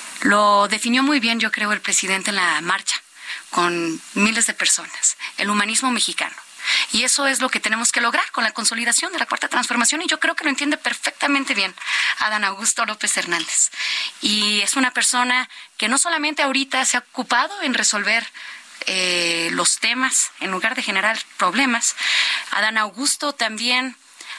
S6: Lo definió muy bien, yo creo, el presidente en la marcha con miles de personas, el humanismo mexicano. Y eso es lo que tenemos que lograr con la consolidación de la Cuarta Transformación, y yo creo que lo entiende perfectamente bien Adán Augusto López Hernández. Y es una persona que no solamente ahorita se ha ocupado en resolver eh, los temas en lugar de generar problemas. Adán Augusto también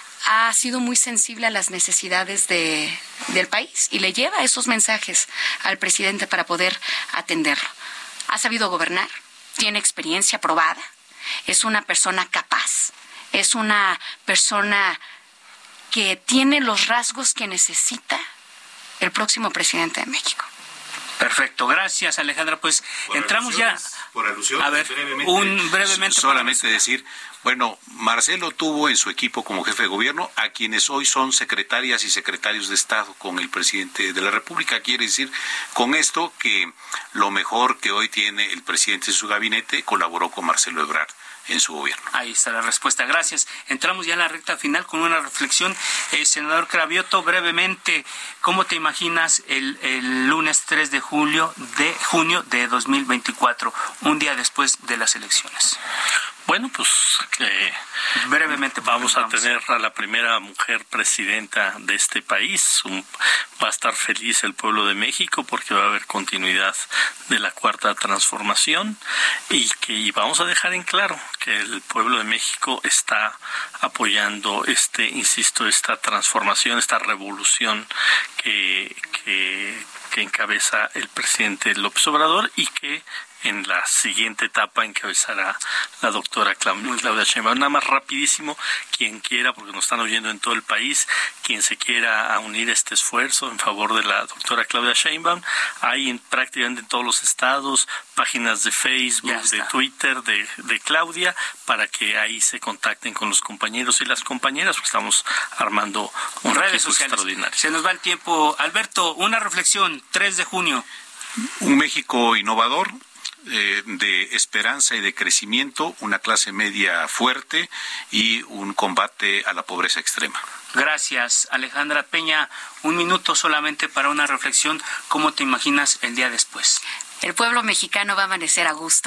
S6: ha sido muy sensible a las necesidades de, del país, y le lleva esos mensajes al presidente para poder atenderlo. Ha sabido gobernar, tiene experiencia probada, es una persona capaz, es una persona que tiene los rasgos que necesita el próximo presidente de México.
S4: Perfecto, gracias, Alejandra. Pues
S8: Por
S4: entramos ya.
S8: Por alusiones,
S4: A ver,
S8: brevemente,
S4: un brevemente.
S8: solamente decir, bueno, Marcelo tuvo en su equipo como jefe de gobierno a quienes hoy son secretarias y secretarios de Estado con el presidente de la República. Quiere decir con esto que lo mejor que hoy tiene el presidente en su gabinete colaboró con Marcelo Ebrard. en su gobierno.
S4: Ahí está la respuesta. Gracias. Entramos ya en la recta final con una reflexión. Eh, senador Cravioto, brevemente, ¿cómo te imaginas el, el lunes tres de julio de junio de dos mil veinticuatro, un día después de las elecciones?
S7: Bueno, pues eh, brevemente vamos a tener a la primera mujer presidenta de este país. Un, va a estar feliz el pueblo de México porque va a haber continuidad de la cuarta transformación y que y vamos a dejar en claro que el pueblo de México está apoyando este, insisto, esta transformación, esta revolución que que, que encabeza el presidente López Obrador y que en la siguiente etapa encabezará la doctora Claudia Sheinbaum. Nada más rapidísimo, quien quiera, porque nos están oyendo en todo el país, quien se quiera unir a este esfuerzo en favor de la doctora Claudia Sheinbaum, hay en, prácticamente en todos los estados páginas de Facebook, de Twitter, de, de Claudia, para que ahí se contacten con los compañeros y las compañeras, porque estamos armando un
S4: redes
S7: equipo
S4: sociales
S7: extraordinario.
S4: Se nos va el tiempo. Alberto, una reflexión, tres de junio.
S8: Un México innovador, Eh, de esperanza y de crecimiento, una clase media fuerte y un combate a la pobreza extrema.
S4: Gracias, Alejandra Peña. Un minuto solamente para una reflexión. ¿Cómo te imaginas el día después?
S6: El pueblo mexicano va a amanecer a gusto.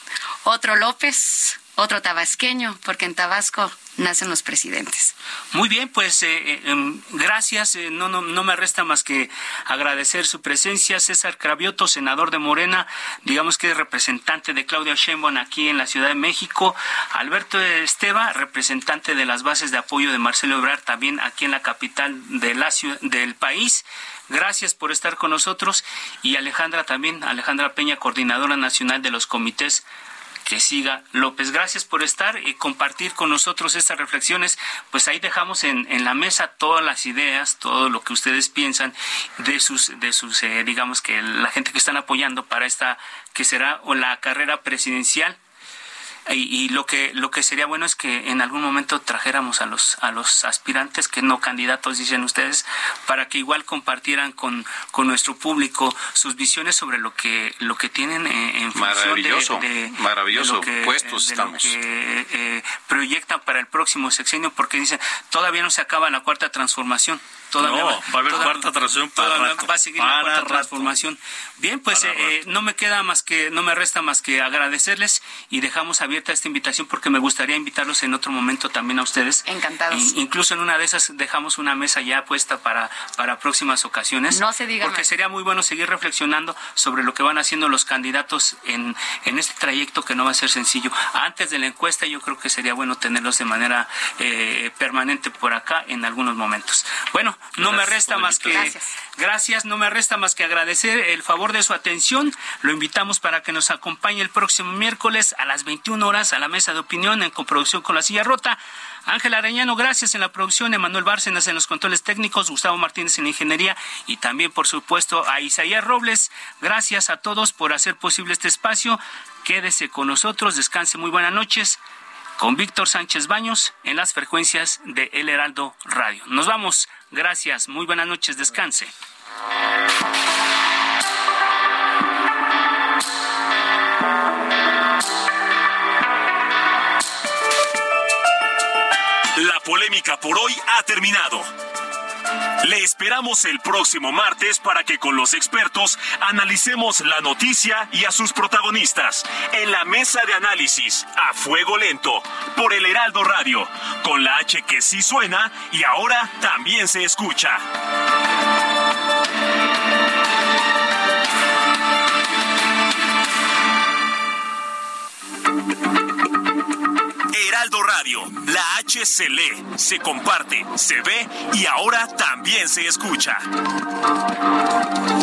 S6: Otro López, otro tabasqueño, porque en Tabasco nacen los presidentes.
S4: Muy bien, pues eh, eh, gracias. Eh, no, no, no me resta más que agradecer su presencia. César Cravioto, senador de Morena, digamos que es representante de Claudia Sheinbaum aquí en la Ciudad de México. Alberto Esteva, representante de las bases de apoyo de Marcelo Ebrard, también aquí en la capital de la ciudad, del país. Gracias por estar con nosotros. Y Alejandra también, Alejandra Peña, coordinadora nacional de los comités Que Siga López. Gracias por estar y compartir con nosotros estas reflexiones. Pues ahí dejamos en, en la mesa todas las ideas, todo lo que ustedes piensan de sus, de sus eh, digamos que la gente que están apoyando para esta, que será o la carrera presidencial. Y, y lo que lo que sería bueno es que en algún momento trajéramos a los a los aspirantes, que no candidatos dicen ustedes, para que igual compartieran con, con nuestro público sus visiones sobre lo que lo que tienen eh, en función
S8: maravilloso,
S4: de, de
S8: maravilloso
S4: de lo que,
S8: puestos
S4: de
S8: estamos.
S4: lo que eh, proyectan para el próximo sexenio, porque dicen todavía no se acaba la cuarta transformación. Todavía
S7: no,
S4: va,
S7: va a haber
S4: toda,
S7: cuarta transformación para rato.
S4: Va a seguir
S7: para
S4: la cuarta
S7: rato.
S4: transformación. Bien, pues eh, no me queda más que, no me resta más que agradecerles y dejamos abierta esta invitación porque me gustaría invitarlos en otro momento también a ustedes.
S6: Encantados.
S4: E incluso en una de esas dejamos una mesa ya puesta para, para próximas ocasiones.
S6: No se diga
S4: Porque
S6: más.
S4: sería muy bueno seguir reflexionando sobre lo que van haciendo los candidatos en, en este trayecto que no va a ser sencillo. Antes de la encuesta yo creo que sería bueno tenerlos de manera eh, permanente por acá en algunos momentos. Bueno, no Gracias me resta más que gracias. gracias, no me resta más que agradecer el favor de su atención. Lo invitamos para que nos acompañe el próximo miércoles a las veintiuna horas a la mesa de opinión en coproducción con La Silla Rota. Ángel Arellano, gracias en la producción, Emanuel Bárcenas en los controles técnicos, Gustavo Martínez en la ingeniería y también, por supuesto, a Isaías Robles. Gracias a todos por hacer posible este espacio. Quédese con nosotros, descanse, muy buenas noches. Con Víctor Sánchez Baños en las frecuencias de El Heraldo Radio. Nos vamos. Gracias. Muy buenas noches. Descanse.
S3: La polémica por hoy ha terminado. Le esperamos el próximo martes para que con los expertos analicemos la noticia y a sus protagonistas en la mesa de análisis a fuego lento por El Heraldo Radio, con la H que sí suena y ahora también se escucha. Heraldo Radio, la H se lee, se comparte, se ve y ahora también se escucha.